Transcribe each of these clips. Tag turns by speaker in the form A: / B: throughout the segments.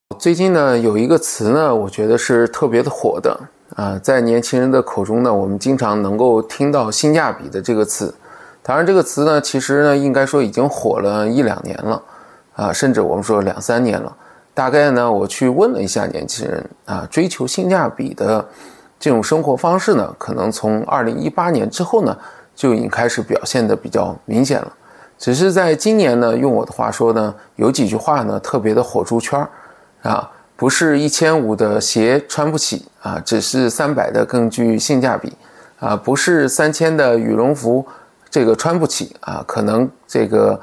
A: 最近呢，有一个词呢，我觉得是特别的火的在年轻人的口中呢，我们经常能够听到性价比的这个词。当然，这个词呢，其实呢，应该说已经火了1-2年了甚至我们说2-3年了。大概呢，我去问了一下年轻人追求性价比的这种生活方式呢，可能从2018年之后呢，就已经开始表现得比较明显了。只是在今年呢，用我的话说呢，有几句话呢，特别的火出圈不是1500的鞋穿不起只是300的更具性价比不是3000的羽绒服这个穿不起可能这个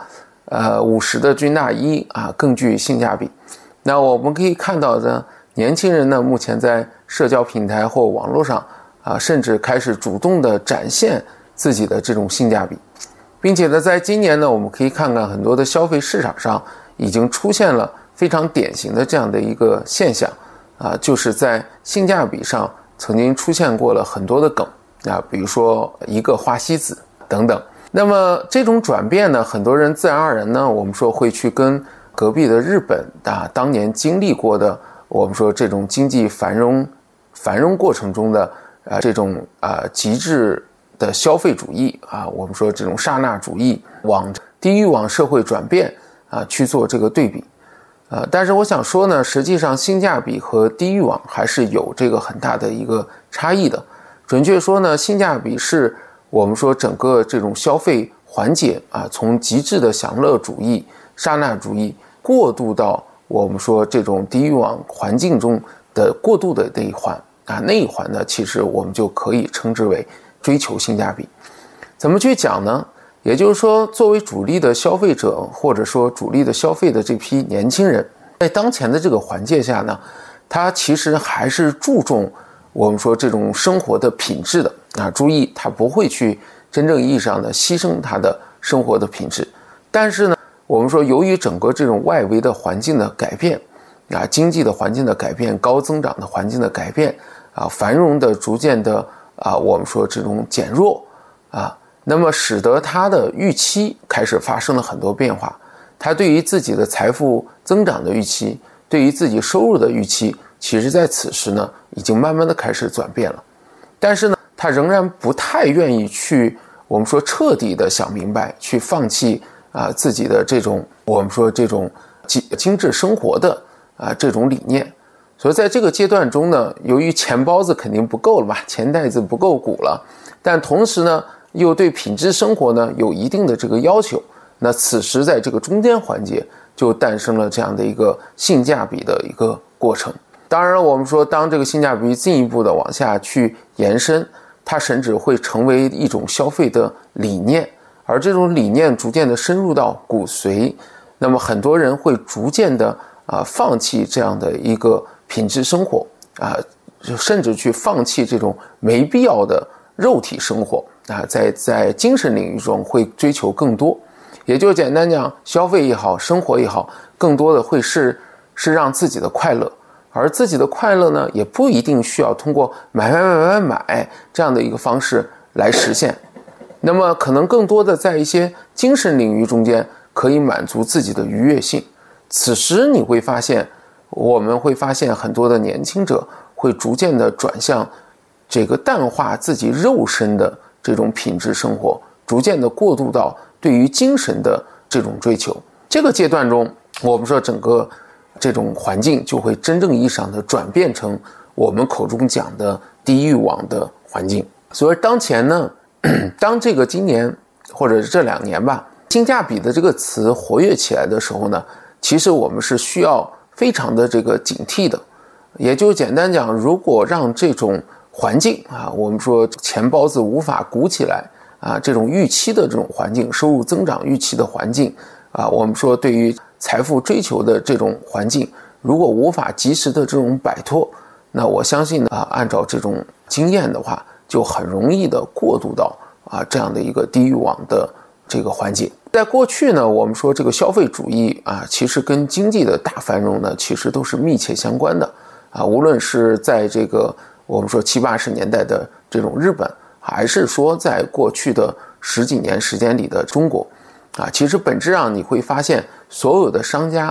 A: 50的军大衣更具性价比。那我们可以看到的年轻人呢，目前在社交平台或网络上甚至开始主动的展现自己的这种性价比，并且呢，在今年呢，我们可以看看很多的消费市场上已经出现了非常典型的这样的一个现象就是在性价比上曾经出现过了很多的梗比如说一个花西子等等。那么这种转变呢，很多人自然而然呢，我们说会去跟隔壁的日本当年经历过的我们说这种经济繁荣过程中的这种极致的消费主义我们说这种刹那主义往低欲望社会转变去做这个对比。但是我想说呢，实际上性价比和低欲望还是有这个很大的一个差异的。准确说呢，性价比是我们说整个这种消费环节从极致的享乐主义、刹那主义过渡到我们说这种低欲望环境中的过渡的那一环那一环呢，其实我们就可以称之为追求性价比。怎么去讲呢？也就是说，作为主力的消费者，或者说主力的消费的这批年轻人，在当前的这个环境下呢，他其实还是注重我们说这种生活的品质的注意他不会去真正意义上的牺牲他的生活的品质。但是呢，我们说由于整个这种外围的环境的改变经济的环境的改变，高增长的环境的改变繁荣的逐渐的我们说这种减弱那么使得他的预期开始发生了很多变化，他对于自己的财富增长的预期，对于自己收入的预期，其实在此时呢已经慢慢的开始转变了。但是呢，他仍然不太愿意去我们说彻底的想明白，去放弃自己的这种我们说这种精致生活的这种理念。所以在这个阶段中呢，由于钱包子肯定不够了吧，钱袋子不够鼓了，但同时呢又对品质生活呢有一定的这个要求，那此时在这个中间环节就诞生了这样的一个性价比的一个过程。当然了，我们说当这个性价比进一步的往下去延伸，它甚至会成为一种消费的理念，而这种理念逐渐的深入到骨髓，那么很多人会逐渐的放弃这样的一个品质生活甚至去放弃这种没必要的肉体生活在精神领域中会追求更多。也就简单讲，消费也好，生活也好，更多的会是让自己的快乐，而自己的快乐呢，也不一定需要通过买这样的一个方式来实现。那么可能更多的在一些精神领域中间可以满足自己的愉悦性。此时你会发现，我们会发现很多的年轻者会逐渐的转向这个淡化自己肉身的这种品质生活，逐渐的过渡到对于精神的这种追求。这个阶段中，我们说整个这种环境就会真正意义上的转变成我们口中讲的低欲望的环境。所以当前呢，当这个今年或者这2年吧，性价比的这个词活跃起来的时候呢，其实我们是需要非常的这个警惕的。也就简单讲，如果让这种环境我们说钱包子无法鼓起来这种预期的这种环境，收入增长预期的环境我们说对于财富追求的这种环境，如果无法及时的这种摆脱，那我相信按照这种经验的话，就很容易的过渡到这样的一个低欲望的这个环境。在过去呢，我们说这个消费主义其实跟经济的大繁荣呢，其实都是密切相关的无论是在这个我们说70、80年代的这种日本，还是说在过去的10几年时间里的中国其实本质上你会发现，所有的商家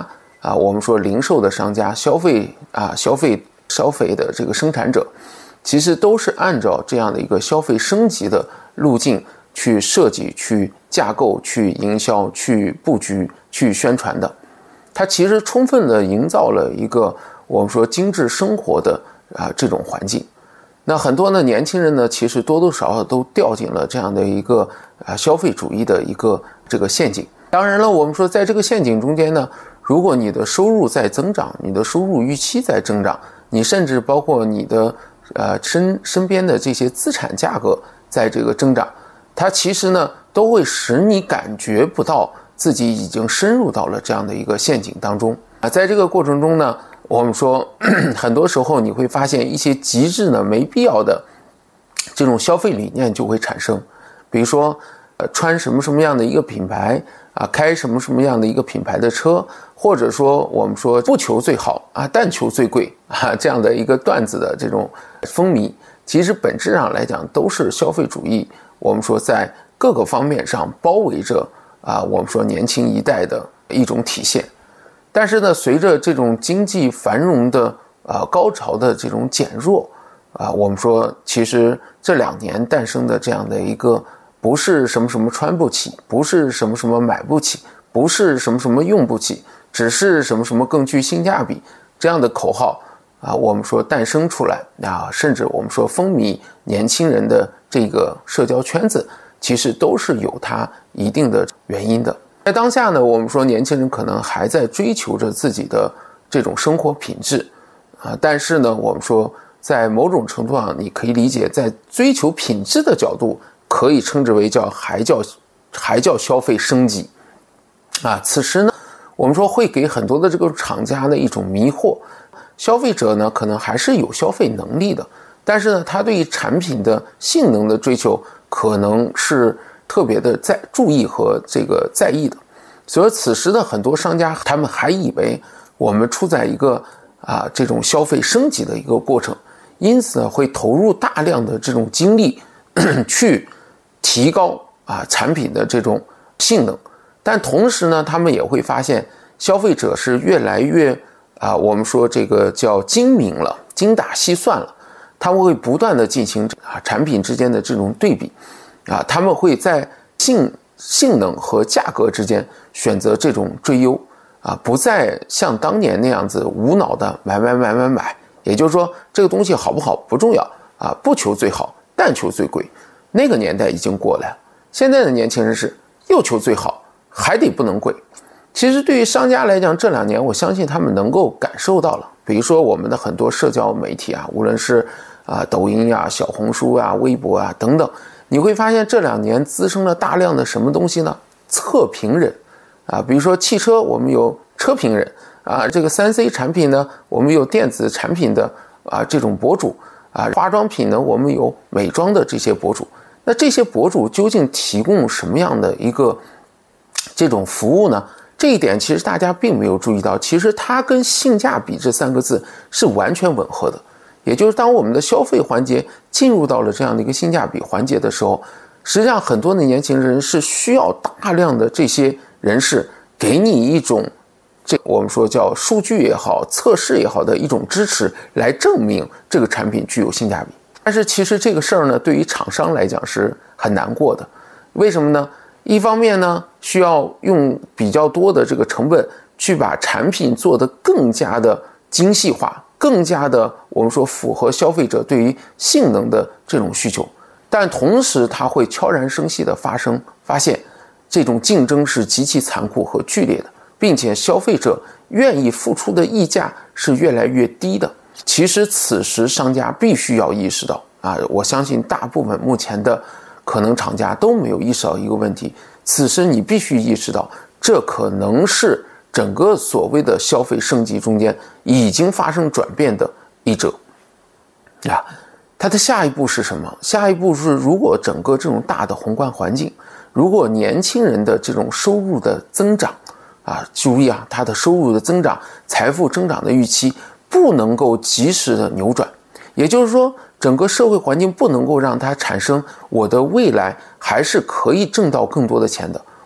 A: 我们说零售的商家、消费的这个生产者，其实都是按照这样的一个消费升级的路径去设计、去架构、去营销、去布局、去宣传的。它其实充分的营造了一个我们说精致生活的这种环境。那很多的年轻人呢，其实多多少少都掉进了这样的一个消费主义的一个这个陷阱。当然了，我们说在这个陷阱中间呢，如果你的收入在增长，你的收入预期在增长，你甚至包括你的身边的这些资产价格在这个增长，它其实呢都会使你感觉不到自己已经深入到了这样的一个陷阱当中。在这个过程中呢，我们说很多时候你会发现一些极致的没必要的这种消费理念就会产生，比如说穿什么什么样的一个品牌开什么什么样的一个品牌的车，或者说我们说不求最好但求最贵这样的一个段子的这种风靡，其实本质上来讲都是消费主义，我们说在各个方面上包围着我们说年轻一代的一种体现。但是呢，随着这种经济繁荣的高潮的这种减弱我们说其实这2年诞生的这样的一个不是什么什么穿不起，不是什么什么买不起，不是什么什么用不起，只是什么什么更具性价比这样的口号我们说诞生出来甚至我们说风靡年轻人的这个社交圈子，其实都是有它一定的原因的。在当下呢，我们说年轻人可能还在追求着自己的这种生活品质但是呢，我们说在某种程度上，你可以理解，在追求品质的角度，可以称之为还叫消费升级此时呢，我们说会给很多的这个厂家的一种迷惑，消费者呢可能还是有消费能力的，但是呢，他对于产品的性能的追求可能是特别的注意和这个在意的。所以此时的很多商家他们还以为我们处在一个这种消费升级的一个过程，因此呢会投入大量的这种精力去提高产品的这种性能。但同时呢，他们也会发现消费者是越来越我们说这个叫精明了，精打细算了，他们会不断的进行产品之间的这种对比他们会在性能和价格之间选择这种最优不再像当年那样子无脑的买，也就是说这个东西好不好不重要不求最好，但求最贵。那个年代已经过来了，现在的年轻人是又求最好，还得不能贵。其实对于商家来讲，这2年我相信他们能够感受到了，比如说我们的很多社交媒体无论是抖音小红书微博等等，你会发现这2年滋生了大量的什么东西呢？测评人比如说汽车我们有车评人这个 3C 产品呢我们有电子产品的这种博主化妆品呢我们有美妆的这些博主。那这些博主究竟提供什么样的一个这种服务呢？这一点其实大家并没有注意到，其实它跟性价比这3个字是完全吻合的。也就是当我们的消费环节进入到了这样的一个性价比环节的时候，实际上很多的年轻人是需要大量的这些人士给你一种我们说叫数据也好，测试也好的一种支持，来证明这个产品具有性价比。但是其实这个事儿呢，对于厂商来讲是很难过的。为什么呢？一方面呢，需要用比较多的这个成本去把产品做得更加的精细化，更加的我们说符合消费者对于性能的这种需求。但同时它会悄然生息的发现这种竞争是极其残酷和剧烈的，并且消费者愿意付出的溢价是越来越低的。其实此时商家必须要意识到我相信大部分目前的可能厂家都没有意识到一个问题，此时你必须意识到，这可能是整个所谓的消费升级中间已经发生转变的一者它的下一步是什么？下一步是，如果整个这种大的宏观环境，如果年轻人的这种收入的增长注意他的收入的增长，财富增长的预期不能够及时的扭转，也就是说整个社会环境不能够让它产生我的未来还是可以挣到更多的钱的，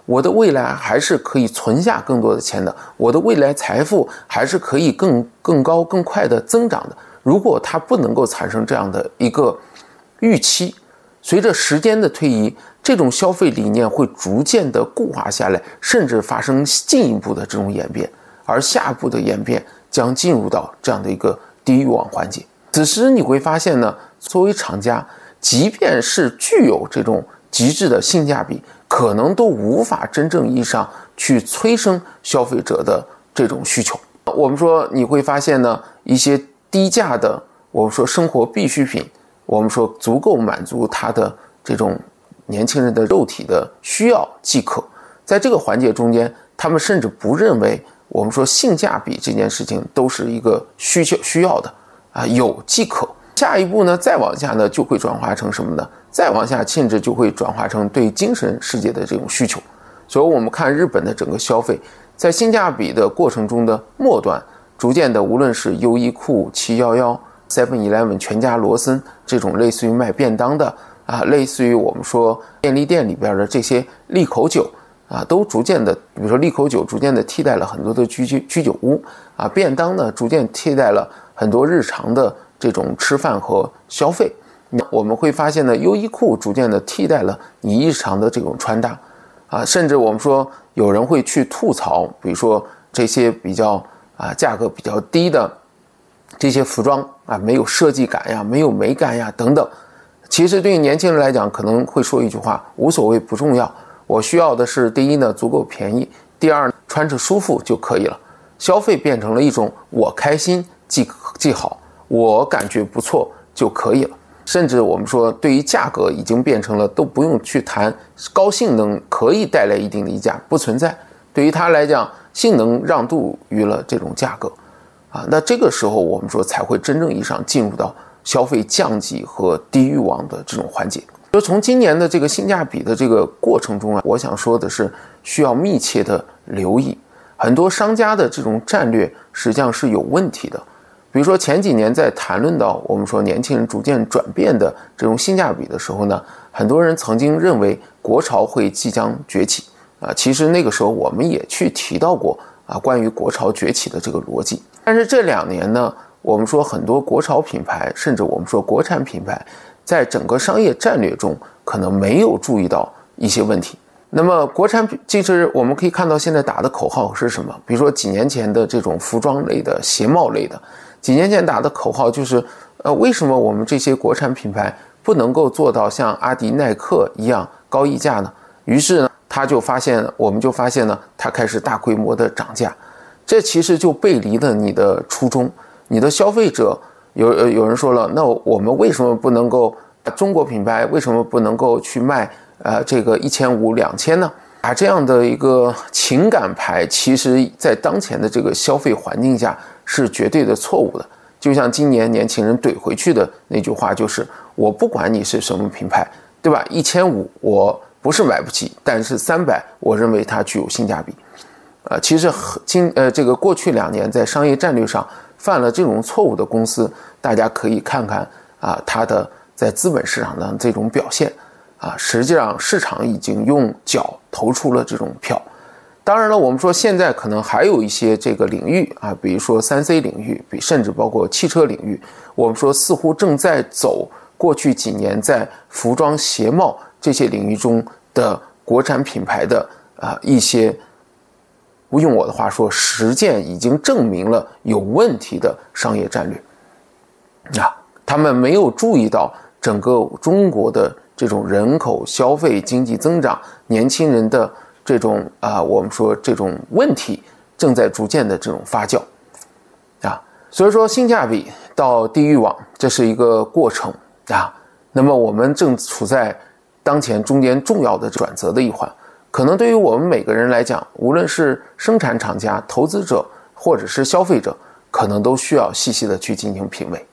A: 我的未来还是可以存下更多的钱的，我的未来财富还是可以更高更快的增长的。如果它不能够产生这样的一个预期，随着时间的推移，这种消费理念会逐渐的固化下来，甚至发生进一步的这种演变，而下一步的演变将进入到这样的一个低欲望环节。此时你会发现呢，作为厂家，即便是具有这种极致的性价比，可能都无法真正意义上去催生消费者的这种需求。我们说你会发现呢，一些低价的我们说生活必需品，我们说足够满足他的这种年轻人的肉体的需要即可。在这个环节中间，他们甚至不认为我们说性价比这件事情都是一个需要的啊，有即可。下一步呢，再往下呢，就会转化成什么呢？再往下，甚至就会转化成对精神世界的这种需求。所以我们看日本的整个消费，在性价比的过程中的末端，逐渐的，无论是优衣库、711、7-Eleven、全家、罗森这种类似于卖便当的啊，类似于我们说便利店里边的这些利口酒啊，都逐渐的，比如说利口酒逐渐的替代了很多的居酒屋啊，便当呢逐渐替代了很多日常的这种吃饭和消费。我们会发现呢，优衣库逐渐的替代了你日常的这种穿搭啊，甚至我们说有人会去吐槽，比如说这些比较价格比较低的这些服装啊，没有设计感呀，没有美感呀等等。其实对于年轻人来讲，可能会说一句话，无所谓，不重要，我需要的是第一呢足够便宜，第二穿着舒服就可以了。消费变成了一种我开心即好，我感觉不错就可以了。甚至我们说对于价格已经变成了都不用去谈高性能可以带来一定的溢价，不存在。对于他来讲，性能让渡于了这种价格啊，那这个时候我们说才会真正意义上进入到消费降级和低欲望的这种环节。就从今年的这个性价比的这个过程中啊，我想说的是需要密切的留意，很多商家的这种战略实际上是有问题的。比如说前几年在谈论到我们说年轻人逐渐转变的这种性价比的时候呢，很多人曾经认为国潮会即将崛起啊，其实那个时候我们也去提到过啊关于国潮崛起的这个逻辑。但是这2年呢，我们说很多国潮品牌，甚至我们说国产品牌，在整个商业战略中可能没有注意到一些问题。那么国产其实我们可以看到现在打的口号是什么？比如说几年前的这种服装类的、鞋帽类的，几年前打的口号就是为什么我们这些国产品牌不能够做到像阿迪、耐克一样高溢价呢？于是呢，我们就发现呢，它开始大规模的涨价，这其实就背离了你的初衷。你的消费者有人说了，那我们为什么不能够中国品牌为什么不能够去卖这个1500、2000呢？这样的一个情感牌，其实在当前的这个消费环境下是绝对的错误的。就像今年年轻人怼回去的那句话，就是我不管你是什么品牌，对吧？1500我不是买不起，但是300我认为它具有性价比。其实这个过去2年在商业战略上犯了这种错误的公司，大家可以看看它的在资本市场的这种表现实际上市场已经用脚投出了这种票。当然了，我们说现在可能还有一些这个领域比如说3C 领域，甚至包括汽车领域，我们说似乎正在走过去几年在服装、鞋帽这些领域中的国产品牌的一些，用我的话说，实践已经证明了有问题的商业战略他们没有注意到整个中国的这种人口消费、经济增长、年轻人的这种我们说这种问题正在逐渐的这种发酵所以说性价比到低欲望，这是一个过程那么我们正处在当前中间重要的转折的一环，可能对于我们每个人来讲，无论是生产厂家、投资者或者是消费者，可能都需要细细的去进行品味。